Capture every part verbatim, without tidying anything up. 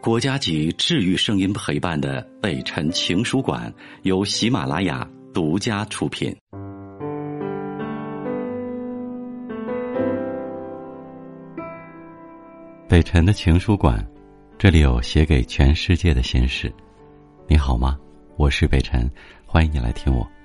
国家级治愈声音陪伴的北辰情书馆由喜马拉雅独家出品。北辰的情书馆，这里有写给全世界的心事。你好吗？我是北辰，欢迎你来听我。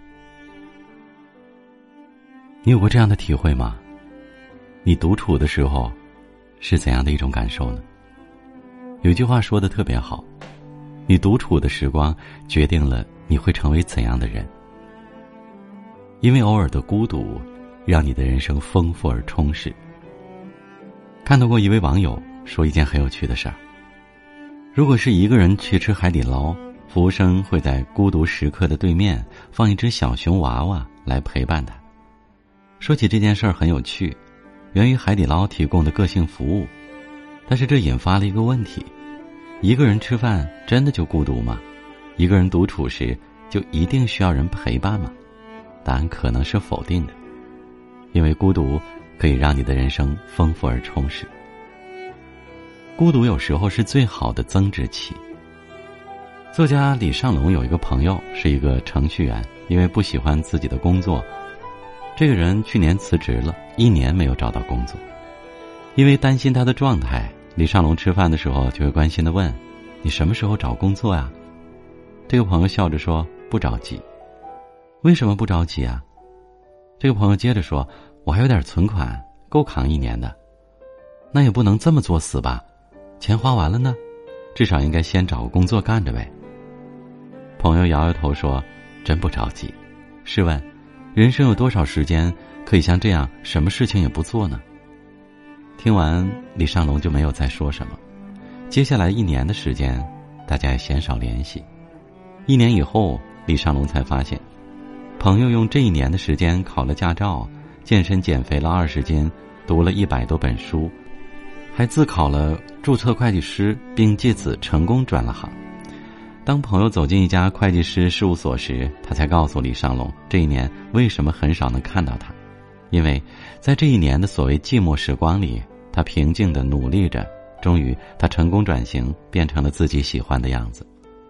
你有过这样的体会吗？你独处的时候是怎样的一种感受呢？有句话说得特别好，你独处的时光决定了你会成为怎样的人。因为偶尔的孤独让你的人生丰富而充实。看到过一位网友说一件很有趣的事儿，如果是一个人去吃海底捞，服务生会在孤独时刻的对面放一只小熊娃娃来陪伴他。说起这件事儿很有趣，源于海底捞提供的个性服务，但是这引发了一个问题：一个人吃饭真的就孤独吗？一个人独处时就一定需要人陪伴吗？答案可能是否定的，因为孤独可以让你的人生丰富而充实。孤独有时候是最好的增值期。作家李尚龙有一个朋友是一个程序员，因为不喜欢自己的工作，这个人去年辞职了，一年没有找到工作。因为担心他的状态，李尚龙吃饭的时候就会关心地问：你什么时候找工作呀？这个朋友笑着说：不着急。为什么不着急啊？这个朋友接着说：我还有点存款，够扛一年的。那也不能这么作死吧，钱花完了呢，至少应该先找个工作干着呗。朋友摇摇头说：真不着急。试问人生有多少时间可以像这样什么事情也不做呢？听完，李尚龙就没有再说什么。接下来一年的时间，大家也鲜少联系。一年以后，李尚龙才发现，朋友用这一年的时间考了驾照，健身减肥了二十斤，读了一百多本书，还自考了注册会计师，并借此成功转了行。当朋友走进一家会计师事务所时，他才告诉李尚龙，这一年为什么很少能看到他。因为在这一年的所谓寂寞时光里，他平静地努力着，终于他成功转型，变成了自己喜欢的样子。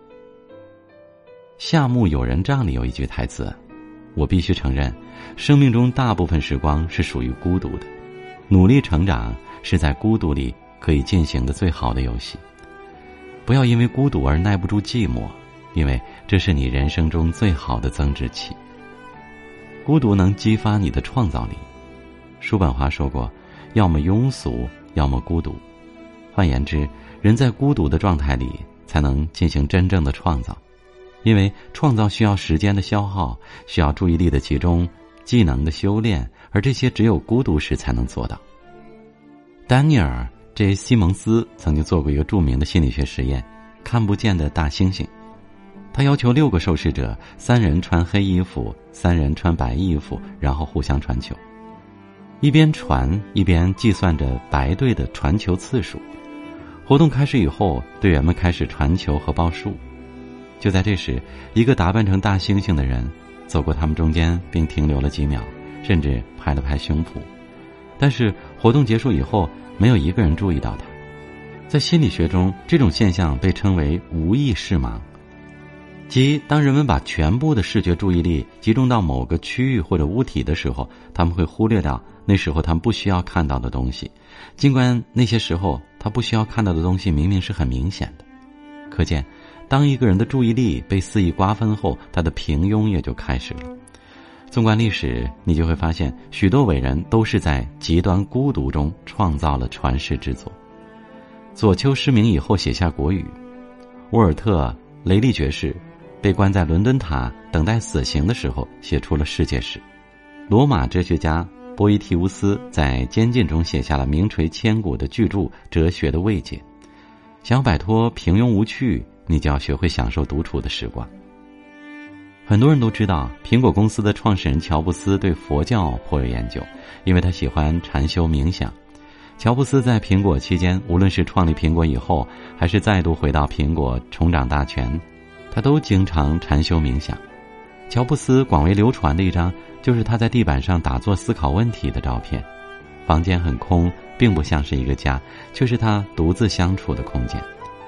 夏目友人帐里有一句台词：我必须承认，生命中大部分时光是属于孤独的，努力成长是在孤独里可以进行的最好的游戏。不要因为孤独而耐不住寂寞，因为这是你人生中最好的增值期。孤独能激发你的创造力。叔本华说过，要么庸俗，要么孤独。换言之，人在孤独的状态里才能进行真正的创造。因为创造需要时间的消耗，需要注意力的集中，技能的修炼，而这些只有孤独时才能做到。丹尼尔 ·J· 西蒙斯曾经做过一个著名的心理学实验，看不见的大猩猩。他要求六个受试者，三人穿黑衣服，三人穿白衣服，然后互相传球。一边传一边计算着白队的传球次数。活动开始以后，队员们开始传球和报数。就在这时，一个打扮成大猩猩的人走过他们中间，并停留了几秒，甚至拍了拍胸脯。但是活动结束以后，没有一个人注意到他。在心理学中，这种现象被称为无意视盲，即当人们把全部的视觉注意力集中到某个区域或者物体的时候，他们会忽略掉那时候他们不需要看到的东西，尽管那些时候他不需要看到的东西明明是很明显的。可见，当一个人的注意力被肆意瓜分后，他的平庸也就开始了。纵观历史，你就会发现，许多伟人都是在极端孤独中创造了传世之作。左丘失明以后写下国语，沃尔特·雷利爵士被关在伦敦塔等待死刑的时候写出了世界史。罗马哲学家波伊提乌斯在监禁中写下了名垂千古的巨著《哲学的慰藉》。想要摆脱平庸无趣，你就要学会享受独处的时光。很多人都知道，苹果公司的创始人乔布斯对佛教颇有研究，因为他喜欢禅修冥想。乔布斯在苹果期间，无论是创立苹果以后，还是再度回到苹果重掌大权，他都经常禅修冥想。乔布斯广为流传的一张就是他在地板上打坐思考问题的照片。房间很空，并不像是一个家，却是他独自相处的空间。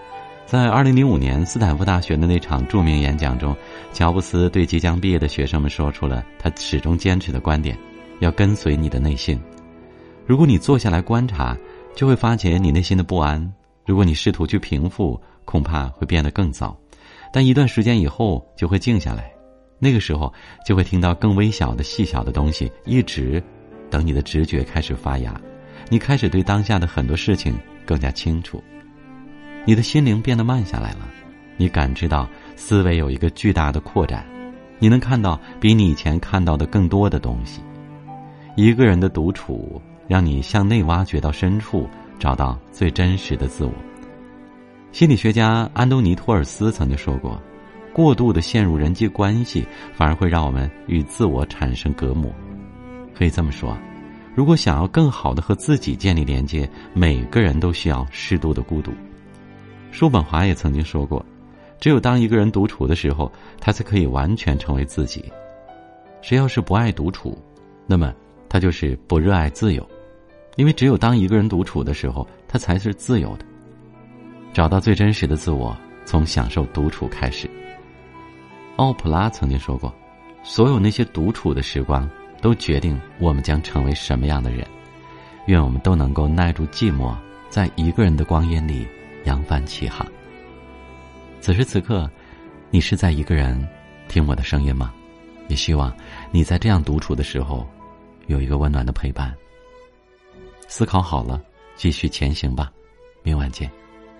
在二零零五年斯坦福大学的那场著名演讲中，乔布斯对即将毕业的学生们说出了他始终坚持的观点：要跟随你的内心。如果你坐下来观察，就会发觉你内心的不安；如果你试图去平复，恐怕会变得更糟。但一段时间以后就会静下来，那个时候就会听到更微小的细小的东西，一直等你的直觉开始发芽，你开始对当下的很多事情更加清楚，你的心灵变得慢下来了，你感知到思维有一个巨大的扩展，你能看到比你以前看到的更多的东西。一个人的独处让你向内挖掘到深处，找到最真实的自我。心理学家安东尼·托尔斯曾经说过，过度的陷入人际关系反而会让我们与自我产生隔膜。可以这么说，如果想要更好地和自己建立连接，每个人都需要适度的孤独。叔本华也曾经说过，只有当一个人独处的时候，他才可以完全成为自己。谁要是不爱独处，那么他就是不热爱自由，因为只有当一个人独处的时候，他才是自由的。找到最真实的自我，从享受独处开始。奥普拉曾经说过，所有那些独处的时光都决定我们将成为什么样的人。愿我们都能够耐住寂寞，在一个人的光阴里扬帆起航。此时此刻，你是在一个人听我的声音吗？也希望你在这样独处的时候有一个温暖的陪伴。思考好了，继续前行吧。明晚见。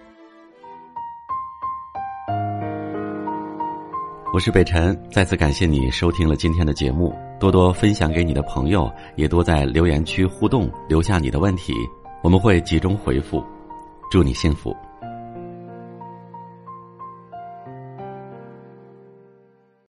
我是北辰，再次感谢你收听了今天的节目，多多分享给你的朋友，也多在留言区互动，留下你的问题，我们会集中回复。祝你幸福。